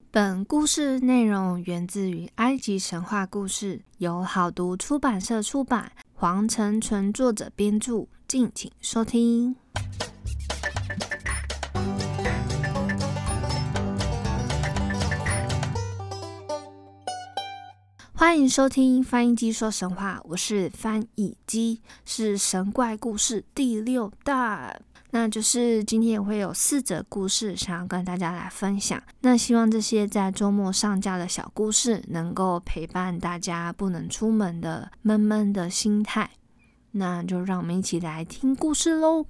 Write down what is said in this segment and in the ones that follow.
本故事内容源自于埃及神话故事，由好读出版社出版，黄承纯作者编著，敬请收听。欢迎收听翻译机说神话，我是翻译机，是神怪故事第6弹。那就是今天也会有4则故事想要跟大家来分享，那希望这些在周末上架的小故事能够陪伴大家不能出门的闷闷的心态。那就让我们一起来听故事咯。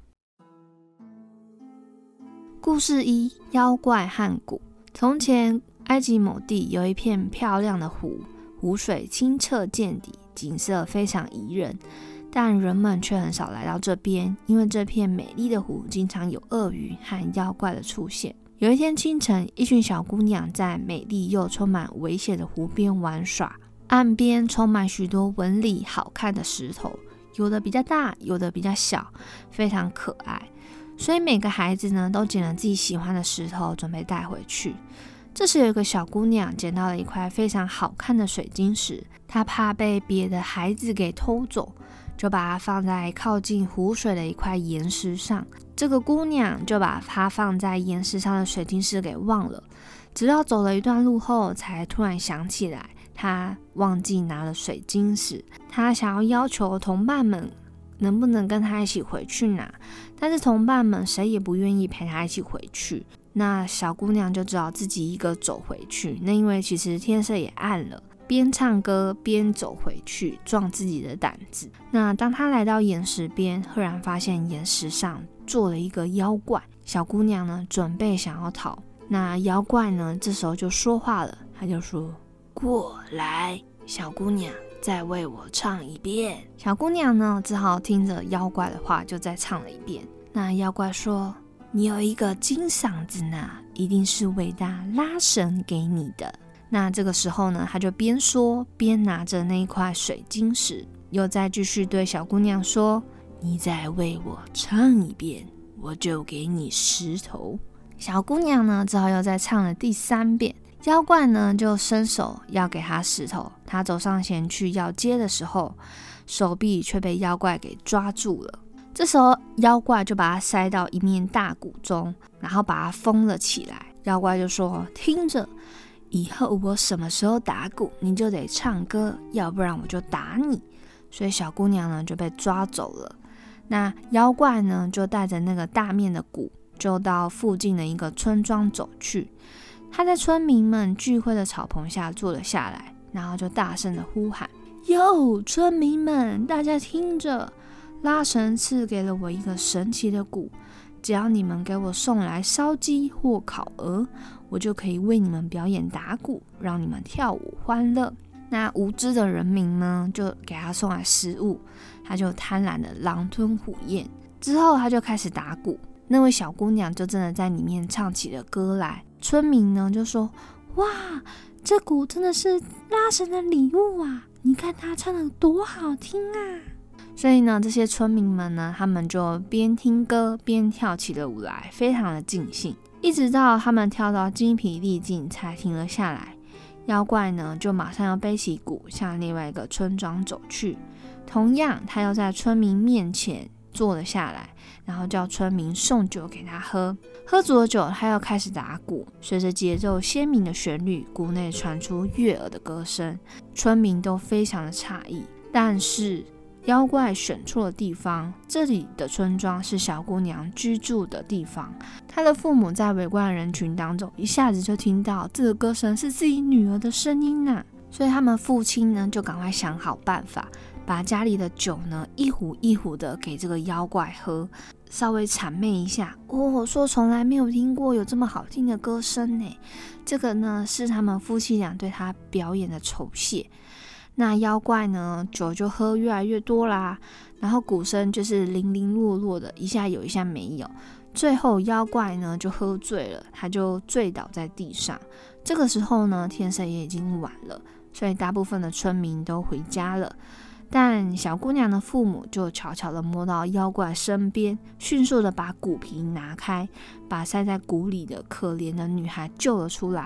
故事1：妖怪和蛊。从前埃及某地有一片漂亮的湖，湖水清澈见底，景色非常宜人，但人们却很少来到这边，因为这片美丽的湖经常有鳄鱼和妖怪的出现。有一天清晨，一群小姑娘在美丽又充满危险的湖边玩耍，岸边充满许多纹理好看的石头，有的比较大，有的比较小，非常可爱。所以每个孩子呢都捡了自己喜欢的石头，准备带回去。这时有一个小姑娘捡到了一块非常好看的水晶石，她怕被别的孩子给偷走，就把它放在靠近湖水的一块岩石上。这个姑娘就把它放在岩石上的水晶石给忘了，直到走了一段路后才突然想起来，她忘记拿了水晶石。她想要求同伴们能不能跟她一起回去拿，但是同伴们谁也不愿意陪她一起回去。那小姑娘就只好自己一个走回去，那因为其实天色也暗了，边唱歌边走回去，壮自己的胆子。那当她来到岩石边，赫然发现岩石上坐了一个妖怪。小姑娘呢准备想要逃，那妖怪呢这时候就说话了，他就说：过来，小姑娘，再为我唱一遍。小姑娘呢只好听着妖怪的话，就再唱了一遍。那妖怪说：你有一个金嗓子呢，一定是伟大拉神给你的。那这个时候呢，他就边说边拿着那一块水晶石，又再继续对小姑娘说：你再为我唱一遍，我就给你石头。小姑娘呢只好又再唱了第3遍。妖怪呢就伸手要给她石头，她走上前去要接的时候，手臂却被妖怪给抓住了。这时候妖怪就把它塞到一面大鼓中，然后把它封了起来。妖怪就说：听着，以后我什么时候打鼓你就得唱歌，要不然我就打你。所以小姑娘呢就被抓走了。那妖怪呢就带着那个大面的鼓，就到附近的一个村庄走去。他在村民们聚会的草棚下坐了下来，然后就大声的呼喊：哟，村民们，大家听着，拉神赐给了我一个神奇的鼓，只要你们给我送来烧鸡或烤鹅，我就可以为你们表演打鼓，让你们跳舞欢乐。那无知的人民呢就给他送来食物，他就贪婪的狼吞虎咽。之后他就开始打鼓，那位小姑娘就真的在里面唱起了歌来。村民呢就说：哇，这鼓真的是拉神的礼物啊，你看他唱得多好听啊。所以呢，这些村民们呢，他们就边听歌边跳起了舞来，非常的尽兴，一直到他们跳到精疲力尽才停了下来。妖怪呢就马上要背起鼓向另外一个村庄走去，同样他又在村民面前坐了下来，然后叫村民送酒给他喝。喝足了酒，他又开始打鼓，随着节奏鲜明的旋律，鼓内传出悦耳的歌声，村民都非常的诧异。但是妖怪选错了地方，这里的村庄是小姑娘居住的地方。她的父母在围观人群当中，一下子就听到这个歌声是自己女儿的声音啊，所以他们父亲呢就赶快想好办法，把家里的酒呢一壶一壶的给这个妖怪喝，稍微谄媚一下。我说从来没有听过有这么好听的歌声呢，这个呢是他们夫妻俩对他表演的酬谢。那妖怪呢酒就喝越来越多啦，然后鼓声就是零零落落的，一下有一下没有。最后妖怪呢就喝醉了，他就醉倒在地上。这个时候呢天色也已经晚了，所以大部分的村民都回家了。但小姑娘的父母就悄悄地摸到妖怪身边，迅速地把鼓皮拿开，把塞在鼓里的可怜的女孩救了出来，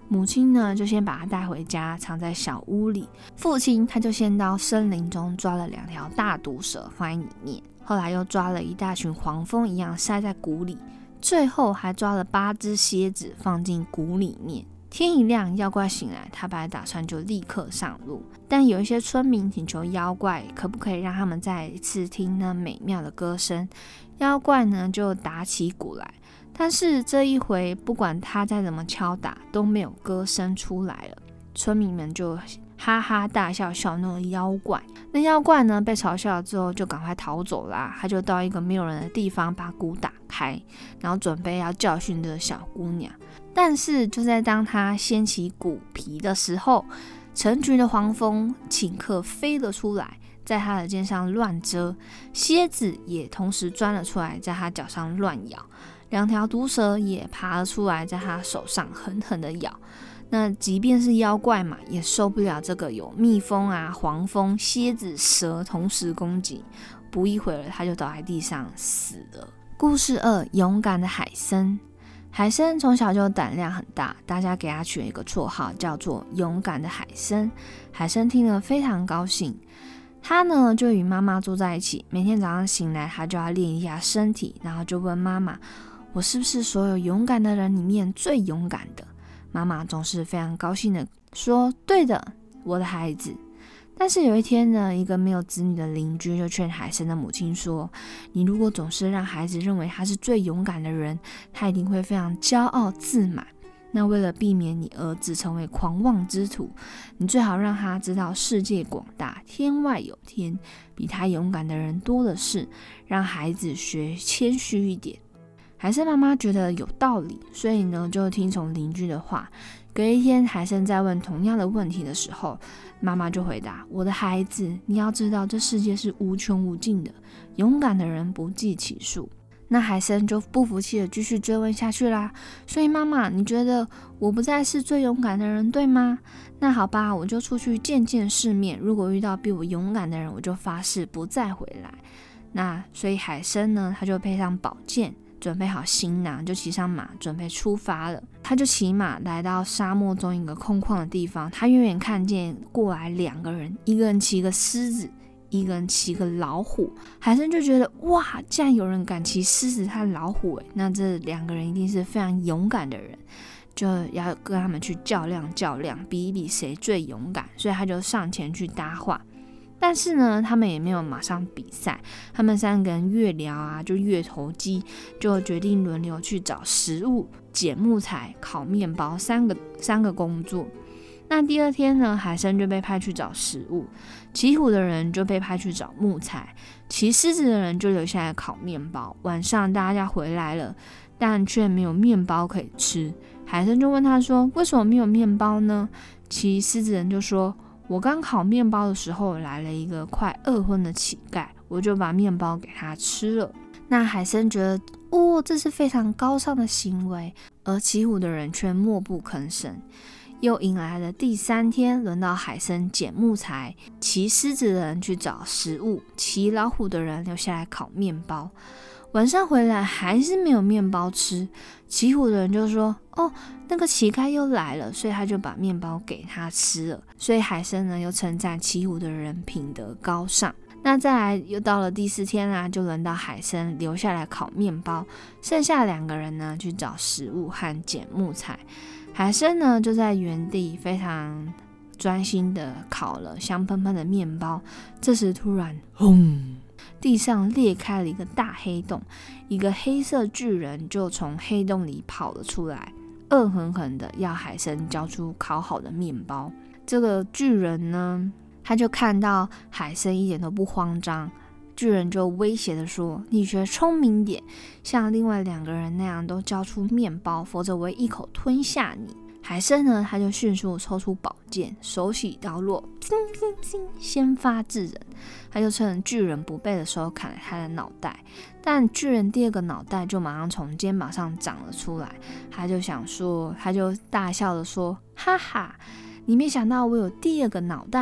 母亲呢就先把他带回家，藏在小屋里。父亲他就先到森林中抓了2条大毒蛇放在里面，后来又抓了一大群黄蜂一样塞在谷里，最后还抓了8只蝎子放进谷里面。天一亮，妖怪醒来，他本来打算就立刻上路，但有一些村民请求妖怪可不可以让他们再一次听那美妙的歌声。妖怪呢就打起鼓来，但是这一回不管他再怎么敲打都没有歌声出来了。村民们就哈哈大笑，笑那个妖怪。那妖怪呢被嘲笑之后就赶快逃走啦，他就到一个没有人的地方把鼓打开，然后准备要教训这个小姑娘。但是就在当他掀起鼓皮的时候，成群的黄蜂顷刻飞了出来，在他的肩上乱蛰，蝎子也同时钻了出来，在他脚上乱咬，2条毒蛇也爬了出来，在他手上狠狠的咬。那即便是妖怪嘛，也受不了这个有蜜蜂啊、黄蜂、蝎子、蛇同时攻击，不一会儿他就倒在地上死了。故事2：勇敢的海参。海参从小就胆量很大，大家给他取了一个绰号，叫做勇敢的海参。海参听了非常高兴，他呢就与妈妈住在一起，每天早上醒来他就要练一下身体，然后就问妈妈，我是不是所有勇敢的人里面最勇敢的？妈妈总是非常高兴的说，对的，我的孩子。但是有一天呢，一个没有子女的邻居就劝海参的母亲说，你如果总是让孩子认为他是最勇敢的人，他一定会非常骄傲自满。那为了避免你儿子成为狂妄之徒，你最好让他知道世界广大，天外有天，比他勇敢的人多的是，让孩子学谦虚一点。海参妈妈觉得有道理，所以呢就听从邻居的话。隔一天，海参在问同样的问题的时候，妈妈就回答，我的孩子，你要知道这世界是无穷无尽的，勇敢的人不计其数。那海参就不服气的继续追问下去啦，所以妈妈，你觉得我不再是最勇敢的人对吗？那好吧，我就出去见见世面，如果遇到比我勇敢的人，我就发誓不再回来。那所以海参呢，他就配上宝剑，准备好行囊，就骑上马准备出发了。他就骑马来到沙漠中一个空旷的地方，他远远看见过来2个人，一个人骑个狮子，一个人骑个老虎。海参就觉得哇，竟然有人敢骑狮子和老虎耶，那这2个人一定是非常勇敢的人，就要跟他们去较量，比一比谁最勇敢。所以他就上前去搭话。但是呢，他们也没有马上比赛，他们3个人越聊啊，就越投机，就决定轮流去找食物、捡木材、烤面包三个工作。那第2天呢，海参就被派去找食物，骑虎的人就被派去找木材，骑狮子的人就留下来烤面包。晚上大家回来了，但却没有面包可以吃。海参就问他说，为什么没有面包呢？骑狮子的人就说，我刚烤面包的时候来了一个快饿昏的乞丐，我就把面包给他吃了。那海参觉得这是非常高尚的行为，而骑虎的人却默不吭声。又迎来了第3天，轮到海参捡木材，骑狮子的人去找食物，骑老虎的人留下来烤面包。晚上回来还是没有面包吃，骑虎的人就说，那个乞丐又来了，所以他就把面包给他吃了。所以海参呢又称赞骑虎的人品德高尚。那再来又到了第4天啦，就轮到海参留下来烤面包，剩下2个人呢去找食物和捡木材。海参呢就在原地非常专心的烤了香喷喷的面包。这时突然轰，地上裂开了一个大黑洞，一个黑色巨人就从黑洞里跑了出来，恶狠狠的要海参交出烤好的面包。这个巨人呢，他就看到海参一点都不慌张，巨人就威胁的说，你学聪明点，像另外2个人那样都交出面包，否则我会一口吞下你。海参呢，他就迅速抽出宝剑，手起刀落，先发制人。他就趁巨人不备的时候砍了他的脑袋，但巨人第2个脑袋就马上从肩膀上长了出来。他就大笑的说，哈哈，你没想到我有第2个脑袋吧？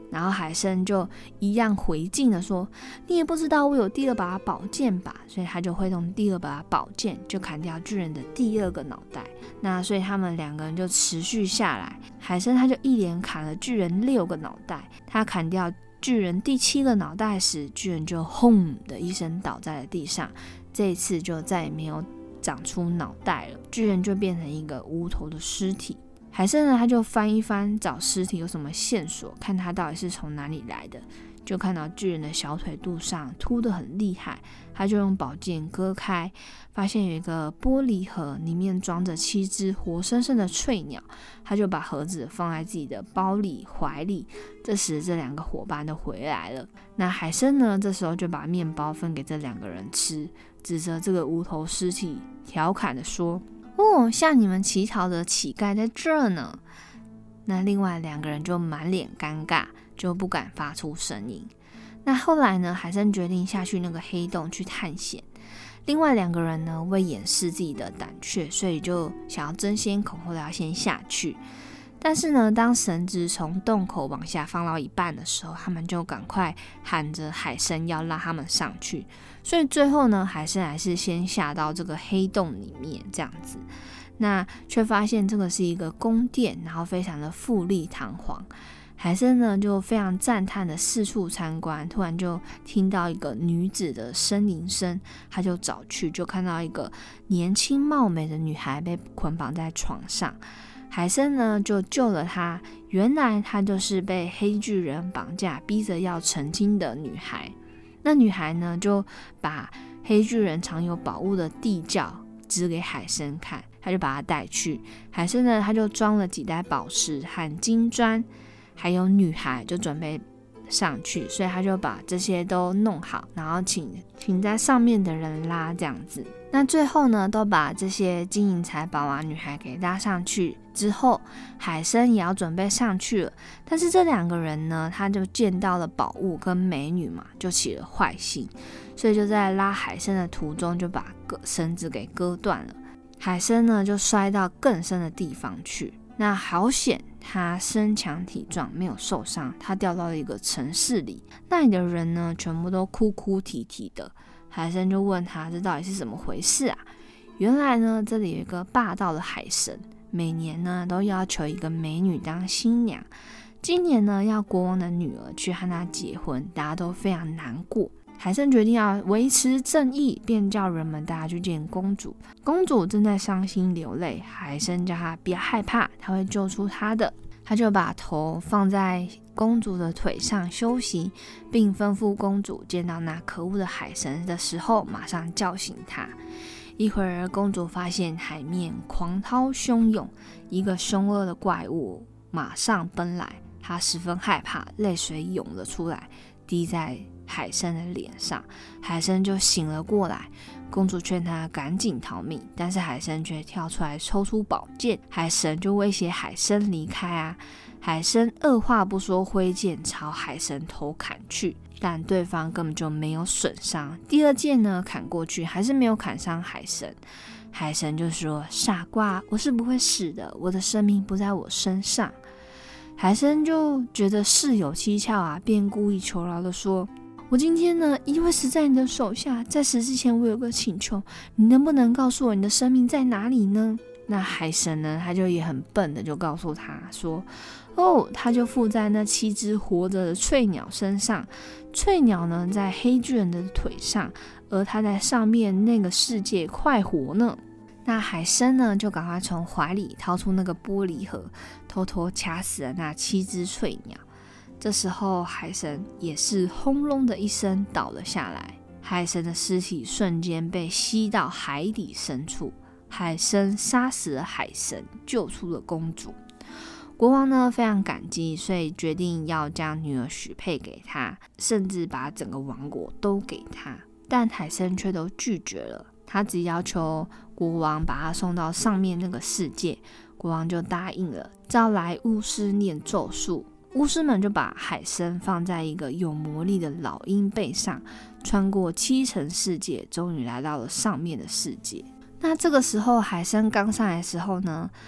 然后海参就一样回敬的说，你也不知道我有第二把宝剑吧，所以他就会用第二把宝剑就砍掉巨人的第二个脑袋。那所以他们两个人就持续下来，海参他就一连砍了巨人6个脑袋，他砍掉巨人第7个脑袋时，巨人就轰的一声倒在了地上，这一次就再也没有长出脑袋了，巨人就变成一个无头的尸体。海参呢，他就翻一翻找尸体有什么线索，看他到底是从哪里来的，就看到巨人的小腿肚上凸得很厉害，他就用宝剑割开，发现有一个玻璃盒，里面装着7只活生生的翠鸟，他就把盒子放在自己的包里怀里。这时这2个伙伴都回来了，那海参呢，这时候就把面包分给这2个人吃，指着这个无头尸体调侃的说，哦，像你们乞讨的乞丐在这呢。那另外2个人就满脸尴尬，就不敢发出声音。那后来呢，海参决定下去那个黑洞去探险。另外2个人呢，为掩饰自己的胆怯，所以就想要争先恐后的要先下去。但是呢，当绳子从洞口往下放到一半的时候，他们就赶快喊着海参要拉他们上去。所以最后呢，海参还是先下到这个黑洞里面这样子。那却发现这个是一个宫殿，然后非常的富丽堂皇。海参呢就非常赞叹的四处参观，突然就听到一个女子的呻吟声，他就找去，就看到一个年轻貌美的女孩被捆绑在床上。海参呢就救了她，原来她就是被黑巨人绑架，逼着要成亲的女孩。那女孩呢就把黑巨人藏有宝物的地窖指给海参看，他就把他带去。海参呢他就装了几袋宝石和金砖，还有女孩就准备上去，所以他就把这些都弄好，然后请在上面的人拉这样子。那最后呢，都把这些金银财宝啊女孩给拉上去之后，海参也要准备上去了。但是这2个人呢，他就见到了宝物跟美女嘛，就起了坏心，所以就在拉海参的途中就把绳子给割断了。海参呢就摔到更深的地方去，那好险他身强体壮没有受伤，他掉到了一个城市里，那里的人呢全部都哭哭啼啼的。海参就问他这到底是怎么回事啊？原来呢这里有一个霸道的海神，每年呢都要求一个美女当新娘，今年呢要国王的女儿去和他结婚，大家都非常难过。海参决定要维持正义，便叫人们带他去见公主。公主正在伤心流泪，海参叫她别害怕，他会救出她的。他就把头放在公主的腿上休息，并吩咐公主见到那可恶的海神的时候马上叫醒她。一会儿公主发现海面狂涛汹涌，一个凶恶的怪物马上奔来，她十分害怕，泪水涌了出来，滴在海参的脸上。海参就醒了过来，公主劝他赶紧逃命，但是海参却跳出来抽出宝剑，海神就威胁海参离开啊。海参二话不说挥剑朝海神头砍去，但对方根本就没有损伤。第二剑呢砍过去还是没有砍伤海神，海神就说傻瓜，我是不会死的，我的生命不在我身上。海参就觉得事有蹊跷啊，便故意求饶的说，我今天呢一定会死在你的手下，在死之前我有个请求，你能不能告诉我你的生命在哪里呢？那海神呢他就也很笨的就告诉他说，他就附在那7只活着的翠鸟身上，翠鸟呢在黑巨人的腿上，而他在上面那个世界快活呢。那海参呢就赶快从怀里掏出那个玻璃盒，偷偷掐死了那7只翠鸟。这时候海参也是轰隆的一声倒了下来，海参的尸体瞬间被吸到海底深处。海参杀死了海神，救出了公主。国王呢非常感激，所以决定要将女儿许配给他，甚至把整个王国都给他。但海参却都拒绝了，他只要求国王把他送到上面那个世界，国王就答应了，招来巫师念咒术。巫师们就把海参放在一个有魔力的老鹰背上，穿过7层世界，终于来到了上面的世界。那这个时候海参刚上来的时候呢，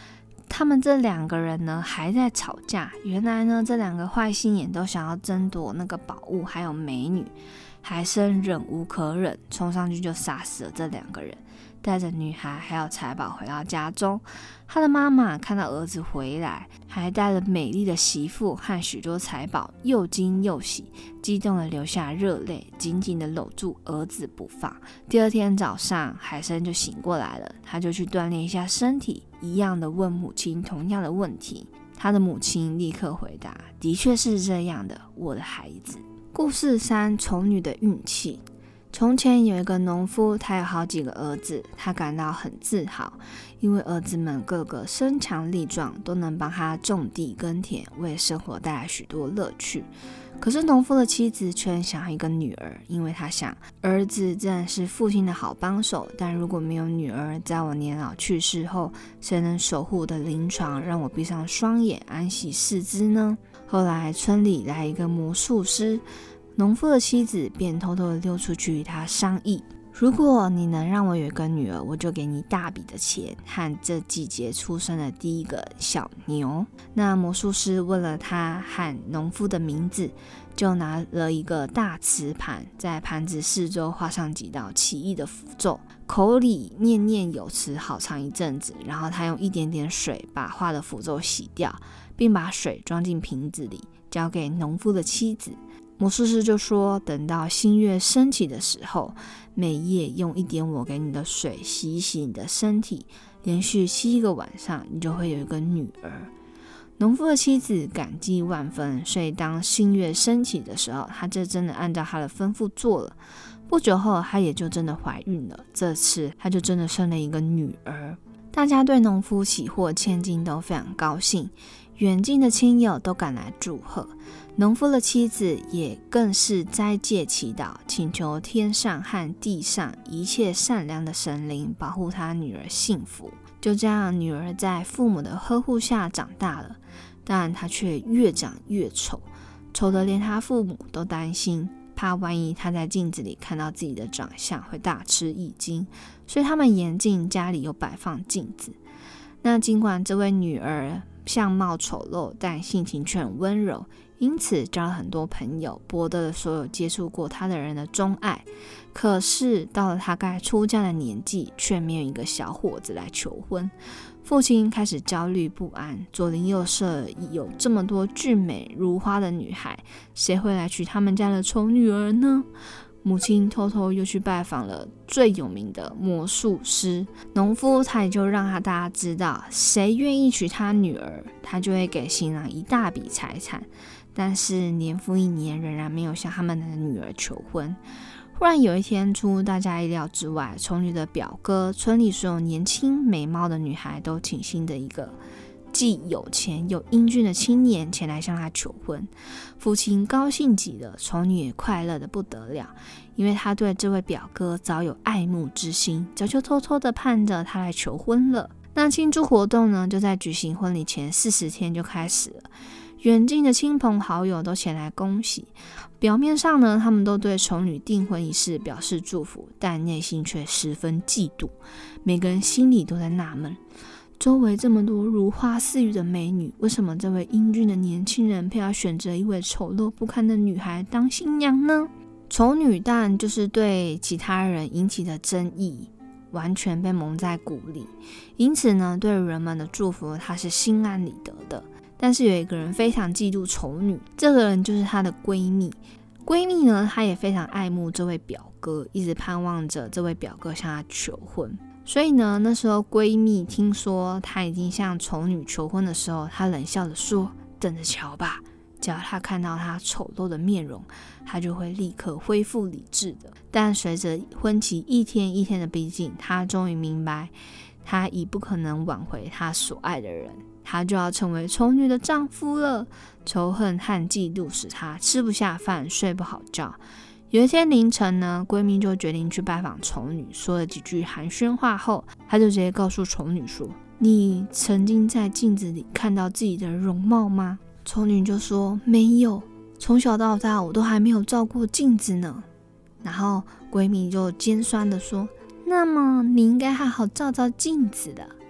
他们这2个人呢还在吵架。原来呢，这2个坏心眼都想要争夺那个宝物还有美女。海参忍无可忍，冲上去就杀死了这2个人，带着女孩还有财宝回到家中。他的妈妈看到儿子回来，还带了美丽的媳妇和许多财宝，又惊又喜，激动的流下热泪，紧紧的搂住儿子不放。第2天早上，海参就醒过来了，他就去锻炼一下身体，一样的问母亲同样的问题。他的母亲立刻回答：的确是这样的，我的孩子。故事3：丑女的运气。从前有一个农夫，他有好几个儿子，他感到很自豪，因为儿子们个个身强力壮，都能帮他种地耕田，为生活带来许多乐趣。可是农夫的妻子却很想要一个女儿，因为他想，儿子自然是父亲的好帮手，但如果没有女儿，在我年老去世后，谁能守护我的临床，让我闭上双眼安息四肢呢？后来村里来一个魔术师，农夫的妻子便偷偷的溜出去与他商议，如果你能让我有一个女儿，我就给你大笔的钱和这季节出生的第一个小牛。那魔术师问了他和农夫的名字，就拿了一个大瓷盘，在盘子四周画上几道奇异的符咒，口里念念有词好长一阵子，然后他用一点点水把画的符咒洗掉，并把水装进瓶子里，交给农夫的妻子。魔术师就说，等到新月升起的时候，每夜用一点我给你的水洗一洗你的身体，连续7个晚上，你就会有一个女儿。农夫的妻子感激万分，所以当新月升起的时候，她就真的按照他的吩咐做了。不久后，她也就真的怀孕了，这次她就真的生了一个女儿。大家对农夫喜获千金都非常高兴，远近的亲友都赶来祝贺。农夫的妻子也更是斋戒祈祷，请求天上和地上一切善良的神灵保护她女儿幸福。就这样，女儿在父母的呵护下长大了，但她却越长越丑，丑得连她父母都担心，怕万一她在镜子里看到自己的长相会大吃一惊，所以他们严禁家里有摆放镜子。那尽管这位女儿相貌丑陋，但性情却很温柔，因此交了很多朋友，博得了所有接触过她的人的钟爱。可是到了她该出嫁的年纪，却没有一个小伙子来求婚。父亲开始焦虑不安，左邻右舍有这么多俊美如花的女孩，谁会来娶他们家的丑女儿呢？母亲偷偷又去拜访了最有名的魔术师农夫，他也就让大家知道，谁愿意娶他女儿，他就会给新郎一大笔财产。但是年复一年，仍然没有向他们的女儿求婚。忽然有一天，出乎大家意料之外，丑女的表哥，村里所有年轻美貌的女孩都倾心的一个既有钱又英俊的青年前来向他求婚。父亲高兴极了，丑女也快乐的不得了，因为他对这位表哥早有爱慕之心，早就偷偷的盼着他来求婚了。那庆祝活动呢，就在举行婚礼前40天就开始了。远近的亲朋好友都前来恭喜，表面上呢，他们都对丑女订婚仪式表示祝福，但内心却十分嫉妒。每个人心里都在纳闷，周围这么多如花似玉的美女，为什么这位英俊的年轻人偏要选择一位丑陋不堪的女孩当新娘呢？丑女当然就是对其他人引起的争议完全被蒙在鼓里，因此呢，对人们的祝福她是心安理得的。但是有一个人非常嫉妒丑女，这个人就是她的闺蜜。闺蜜呢，她也非常爱慕这位表哥，一直盼望着这位表哥向她求婚。所以呢，那时候闺蜜听说她已经向丑女求婚的时候，她冷笑着说：“等着瞧吧，只要她看到她丑陋的面容，她就会立刻恢复理智的。”但随着婚期一天一天的逼近，她终于明白，她已不可能挽回她所爱的人，她就要成为丑女的丈夫了。仇恨和嫉妒使她吃不下饭，睡不好觉。有一天凌晨呢，闺蜜就决定去拜访丑女，说了几句寒暄话后，她就直接告诉丑女说：“你曾经在镜子里看到自己的容貌吗？”丑女就说：“没有，从小到大我都还没有照过镜子呢。”然后闺蜜就尖酸的说：“那么你应该好好照照镜子的。”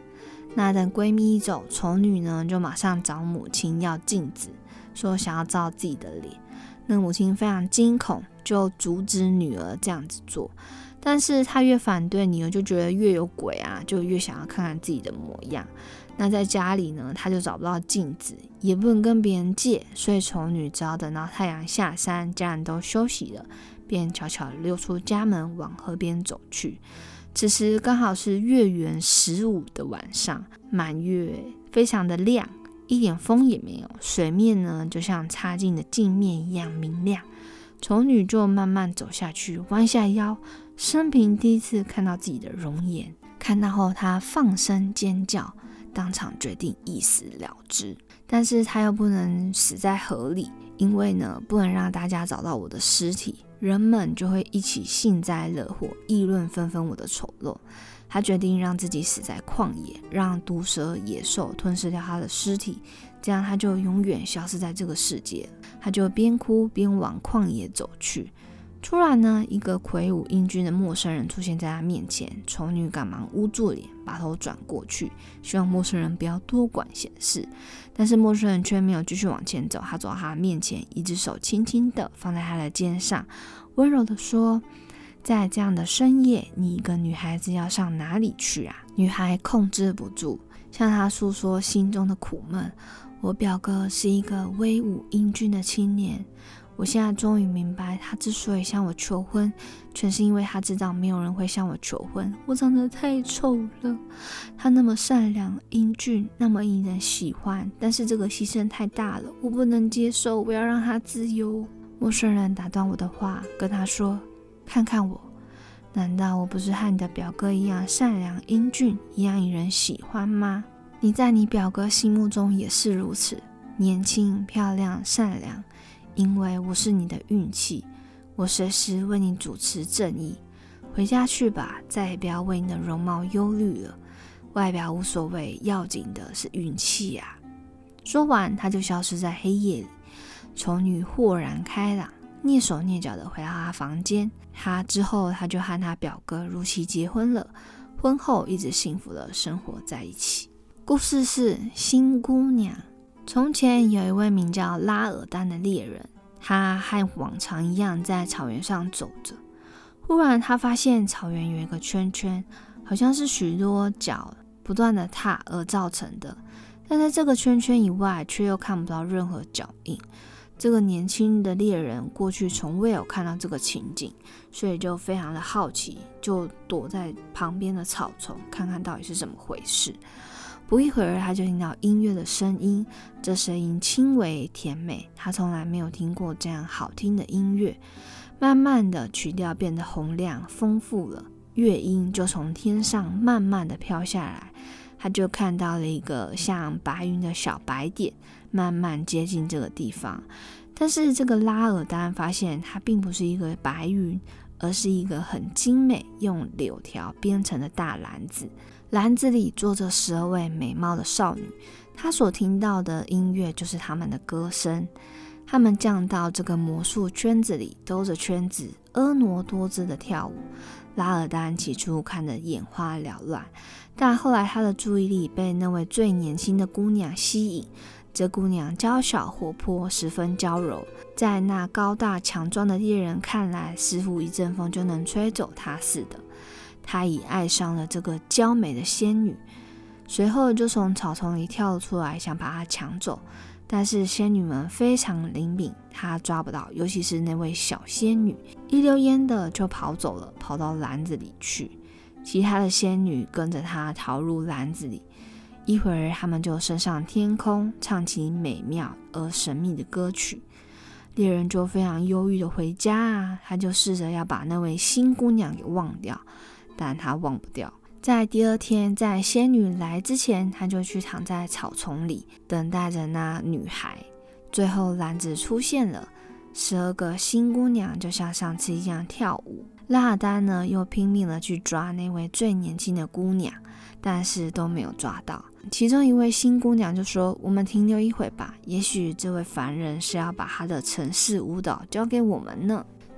那等闺蜜一走，丑女呢就马上找母亲要镜子，说想要照自己的脸。那母亲非常惊恐，就阻止女儿这样子做。但是她越反对，女儿就觉得越有鬼啊，就越想要看看自己的模样。那在家里呢，她就找不到镜子，也不能跟别人借，所以丑女只好等到太阳下山，家人都休息了，便悄悄溜出家门往河边走去。此时刚好是月圆15的晚上，满月非常的亮，一点风也没有，水面呢就像擦净的镜面一样明亮。丑女就慢慢走下去，弯下腰，生平第一次看到自己的容颜。看到后，她放声尖叫，当场决定一死了之。但是她又不能死在河里，因为呢，不能让大家找到我的尸体，人们就会一起幸灾乐祸，议论纷纷我的丑陋。他决定让自己死在旷野，让毒蛇野兽吞噬掉他的尸体，这样他就永远消失在这个世界了。他就边哭边往旷野走去。突然呢，一个魁梧英俊的陌生人出现在他面前，丑女赶忙捂住脸，把头转过去，希望陌生人不要多管闲事。但是陌生人却没有继续往前走，他走到他面前，一只手轻轻地放在他的肩上，温柔地说，在这样的深夜，你一个女孩子要上哪里去啊？女孩控制不住，向他诉说心中的苦闷。我表哥是一个威武英俊的青年，我现在终于明白，他之所以向我求婚，全是因为他知道没有人会向我求婚。我长得太丑了，他那么善良英俊，那么引人喜欢，但是这个牺牲太大了，我不能接受，我要让他自由。陌生人打断我的话，跟他说，看看我，难道我不是和你的表哥一样善良英俊，一样引人喜欢吗？你在你表哥心目中也是如此，年轻、漂亮、善良，因为我是你的运气，我随时为你主持正义。回家去吧，再也不要为你的容貌忧虑了，外表无所谓，要紧的是运气啊。说完，他就消失在黑夜里。丑女豁然开朗，蹑手蹑脚地回到他房间。他之后就和他表哥如期结婚了，婚后一直幸福地生活在一起。故事是新姑娘。从前有一位名叫拉尔丹的猎人，他和往常一样在草原上走着。忽然他发现草原有一个圈圈，好像是许多脚不断的踏而造成的，但在这个圈圈以外却又看不到任何脚印。这个年轻的猎人过去从未有看到这个情景，所以就非常的好奇，就躲在旁边的草丛看看到底是怎么回事。不一会儿，他就听到音乐的声音，这声音轻微甜美，他从来没有听过这样好听的音乐。慢慢的，曲调变得洪亮丰富了，乐音就从天上慢慢的飘下来，他就看到了一个像白云的小白点，慢慢接近这个地方。但是这个拉尔丹发现它并不是一个白云，而是一个很精美用柳条编成的大篮子，篮子里坐着12位美貌的少女，他所听到的音乐就是他们的歌声。他们降到这个魔术圈子里，兜着圈子婀娜多姿的跳舞。拉尔丹起初看得眼花缭乱，但后来他的注意力被那位最年轻的姑娘吸引。这姑娘娇小活泼，十分娇柔，在那高大强壮的猎人看来，似乎一阵风就能吹走她似的。他已爱上了这个娇美的仙女，随后就从草丛里跳了出来，想把她抢走。但是仙女们非常灵敏，她抓不到，尤其是那位小仙女，一溜烟的就跑走了，跑到篮子里去。其他的仙女跟着她逃入篮子里，一会儿他们就升上天空，唱起美妙而神秘的歌曲。猎人就非常忧郁的回家啊，他就试着要把那位新姑娘给忘掉，但他忘不掉。在第二天，在仙女来之前，他就去躺在草丛里，等待着那女孩。最后篮子出现了，12个新姑娘就像上次一样跳舞。拉尔丹呢，又拼命的去抓那位最年轻的姑娘，但是都没有抓到。其中一位新姑娘就说，我们停留一会吧，也许这位凡人是要把他的城市舞蹈交给我们呢。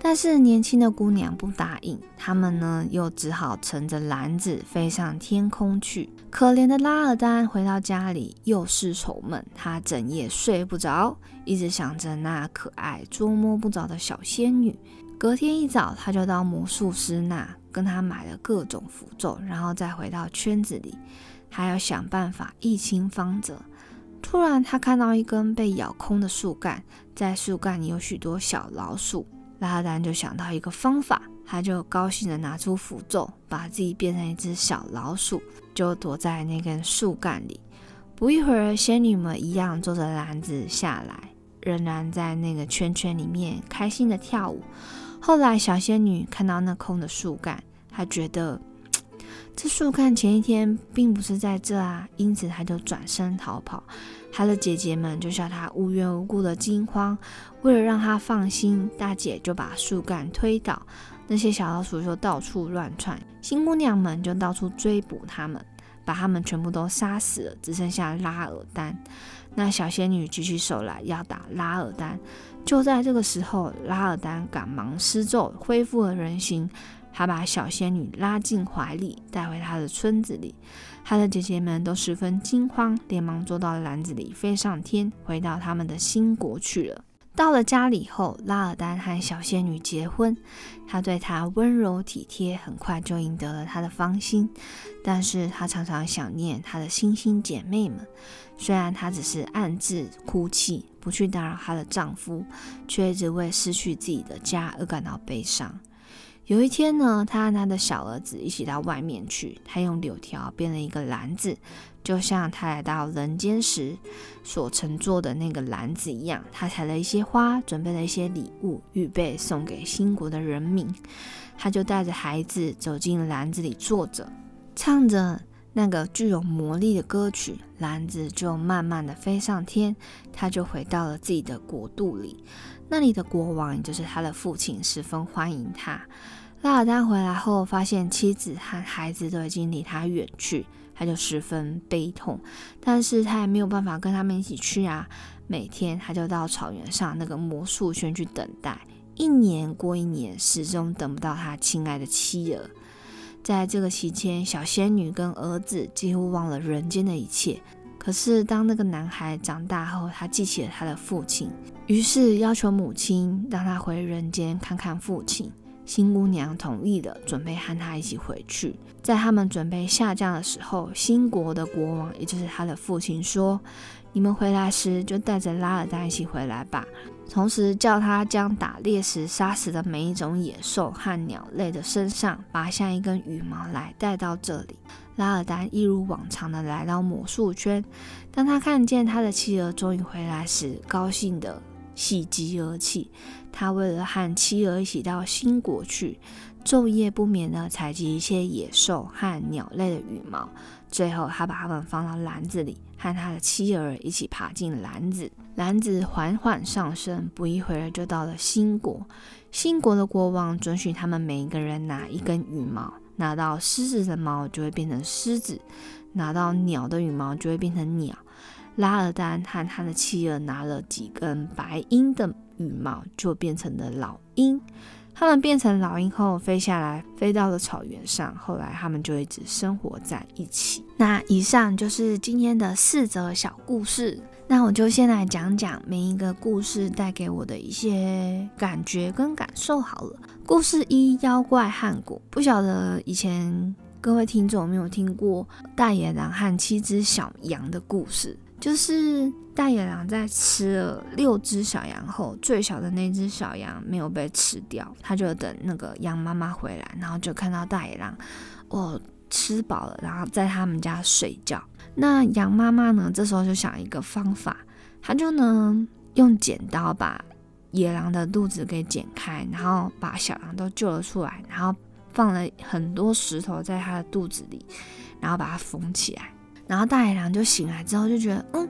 但是年轻的姑娘不答应，他们呢又只好乘着篮子飞上天空去。可怜的拉尔丹回到家里又是愁闷，他整夜睡不着，一直想着那可爱捉摸不着的小仙女。隔天一早，他就到魔术师那跟他买了各种符咒，然后再回到圈子里，还要想办法一清方泽。突然他看到一根被咬空的树干，在树干里有许多小老鼠。拉尔丹就想到一个方法，他就高兴地拿出符咒，把自己变成一只小老鼠，就躲在那根树干里。不一会儿，仙女们一样坐着篮子下来，仍然在那个圈圈里面开心地跳舞。后来小仙女看到那空的树干，她觉得这树干前一天并不是在这啊，因此她就转身逃跑。她的姐姐们就笑她无缘无故的惊慌，为了让她放心，大姐就把树干推倒，那些小老鼠就到处乱窜，新姑娘们就到处追捕他们，把他们全部都杀死了，只剩下拉尔丹。那小仙女举起手来要打拉尔丹，就在这个时候，拉尔丹赶忙施咒，恢复了人形。他把小仙女拉进怀里，带回他的村子里。他的姐姐们都十分惊慌，连忙坐到篮子里飞上天，回到他们的新国去了。到了家里后，拉尔丹和小仙女结婚，他对她温柔体贴，很快就赢得了她的芳心。但是他常常想念他的星星姐妹们，虽然她只是暗自哭泣，不去打扰她的丈夫，却一直为失去自己的家而感到悲伤。有一天呢，他和他的小儿子一起到外面去，他用柳条编了一个篮子，就像他来到人间时所乘坐的那个篮子一样。他采了一些花，准备了一些礼物，预备送给新国的人民。他就带着孩子走进篮子里坐着，唱着那个具有魔力的歌曲，篮子就慢慢的飞上天，他就回到了自己的国度里。那里的国王，也就是他的父亲，十分欢迎他。拉尔丹回来后，发现妻子和孩子都已经离他远去，他就十分悲痛，但是他也没有办法跟他们一起去啊。每天他就到草原上那个魔术圈去等待，一年过一年，始终等不到他亲爱的妻儿。在这个期间，小仙女跟儿子几乎忘了人间的一切。可是当那个男孩长大后，他记起了他的父亲，于是要求母亲让他回人间看看父亲。新姑娘同意了，准备和他一起回去。在他们准备下降的时候，新国的国王，也就是他的父亲说，你们回来时就带着拉尔丹一起回来吧，同时叫他将打猎时杀死的每一种野兽和鸟类的身上拔下一根羽毛来带到这里。拉尔丹一如往常的来到魔术圈，当他看见他的妻儿终于回来时，高兴的喜极而泣。他为了和妻儿一起到新国去，昼夜不眠地采集一些野兽和鸟类的羽毛，最后他把它们放到篮子里，和他的妻儿一起爬进篮子。篮子缓缓上升，不一会儿就到了新国。新国的国王准许他们每一个人拿一根羽毛，拿到狮子的毛就会变成狮子，拿到鸟的羽毛就会变成鸟。拉尔丹和他的妻儿拿了几根白鹰的羽毛，就变成了老鹰。他们变成老鹰后飞下来，飞到了草原上，后来他们就一直生活在一起。那以上就是今天的4则小故事，那我就先来讲讲每一个故事带给我的一些感觉跟感受好了。故事1，妖怪汉谷。不晓得以前各位听众有没有听过大野狼和7只小羊的故事，就是大野狼在吃了6只小羊后，最小的那只小羊没有被吃掉，他就等那个羊妈妈回来，然后就看到大野狼吃饱了，然后在他们家睡觉。那羊妈妈呢，这时候就想一个方法，他就呢用剪刀把野狼的肚子给剪开，然后把小羊都救了出来，然后放了很多石头在他的肚子里，然后把它缝起来。然后大野狼就醒来之后就觉得，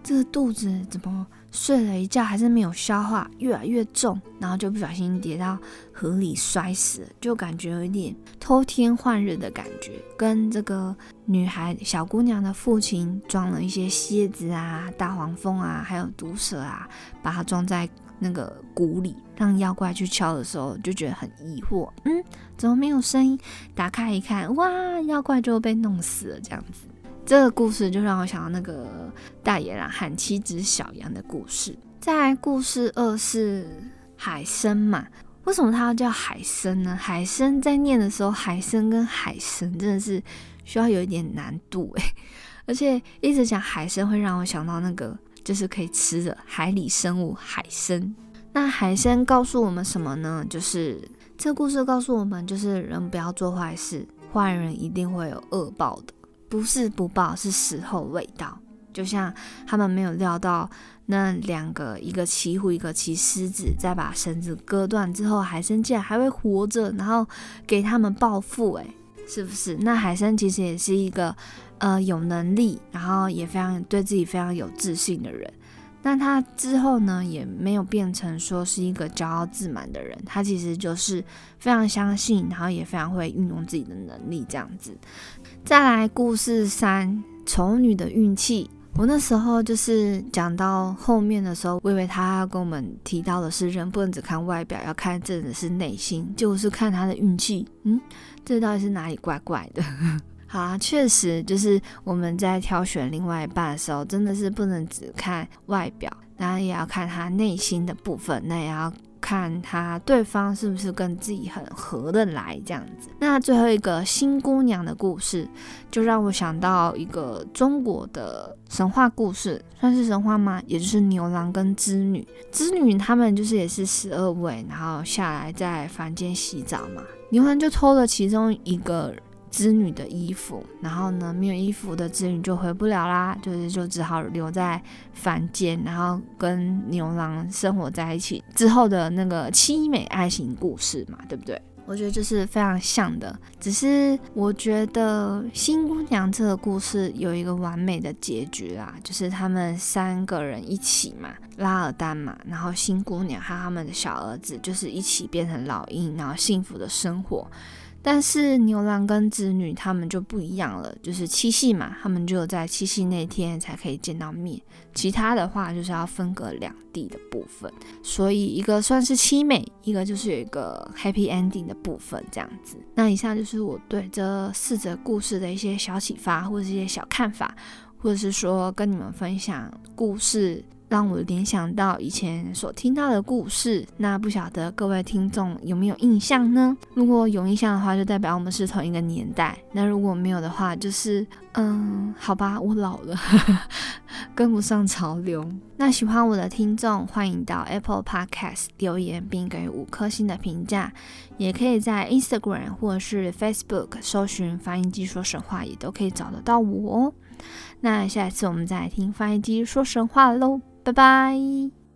这个肚子怎么睡了一觉还是没有消化，越来越重，然后就不小心跌到河里摔死了，就感觉有一点偷天换日的感觉，跟这个女孩小姑娘的父亲装了一些蝎子啊、大黄蜂啊还有毒蛇啊，把它装在那个鼓里，让妖怪去敲的时候就觉得很疑惑，怎么没有声音？打开一看，哇，妖怪就被弄死了这样子。这个故事就让我想到那个大野狼和7只小羊的故事。再来故事2是海参嘛，为什么它要叫海参呢？海参在念的时候，海参跟海参真的是需要有一点难度而且一直讲海参会让我想到那个就是可以吃的海里生物海参。那海参告诉我们什么呢？就是这故事告诉我们，就是人不要做坏事，坏人一定会有恶报的，不是不报，是时候未到。就像他们没有料到那2个，一个骑虎，一个骑狮子，再把绳子割断之后，海参竟然还会活着，然后给他们报复，是不是？那海参其实也是一个有能力，然后也非常对自己非常有自信的人。那他之后呢，也没有变成说是一个骄傲自满的人，他其实就是非常相信，然后也非常会运用自己的能力这样子。再来故事3，丑女的运气。我那时候就是讲到后面的时候，我以为他要跟我们提到的是人不能只看外表，要看真的是内心，结果是看他的运气。这到底是哪里怪怪的？好啊，确实就是我们在挑选另外一半的时候，真的是不能只看外表，当然也要看他内心的部分，那也要看他对方是不是跟自己很合得来这样子。那最后一个新姑娘的故事，就让我想到一个中国的神话故事，算是神话吗？也就是牛郎跟织女。织女他们就是也是12位，然后下来在凡间洗澡嘛，牛郎就偷了其中一个织女的衣服，然后呢，没有衣服的织女就回不了啦，就只好留在凡间，然后跟牛郎生活在一起之后的那个凄美爱情故事嘛，对不对？我觉得就是非常像的，只是我觉得新姑娘这个故事有一个完美的结局啦，就是他们3个人一起嘛，拉尔丹嘛，然后新姑娘和他们的小儿子就是一起变成老鹰，然后幸福的生活。但是牛郎跟织女他们就不一样了，就是七夕嘛，他们只有在七夕那天才可以见到面，其他的话就是要分隔两地的部分，所以一个算是凄美，一个就是有一个 happy ending 的部分这样子。那以上就是我对这4则故事的一些小启发，或者是一些小看法，或者是说跟你们分享故事，让我联想到以前所听到的故事。那不晓得各位听众有没有印象呢？如果有印象的话，就代表我们是同一个年代，那如果没有的话，就是好吧，我老了跟不上潮流。那喜欢我的听众，欢迎到 Apple Podcast 留言并给5颗星的评价，也可以在 Instagram 或者是 Facebook 搜寻翻译机说神话，也都可以找得到我哦。那下一次我们再来听翻译机说神话咯，拜拜。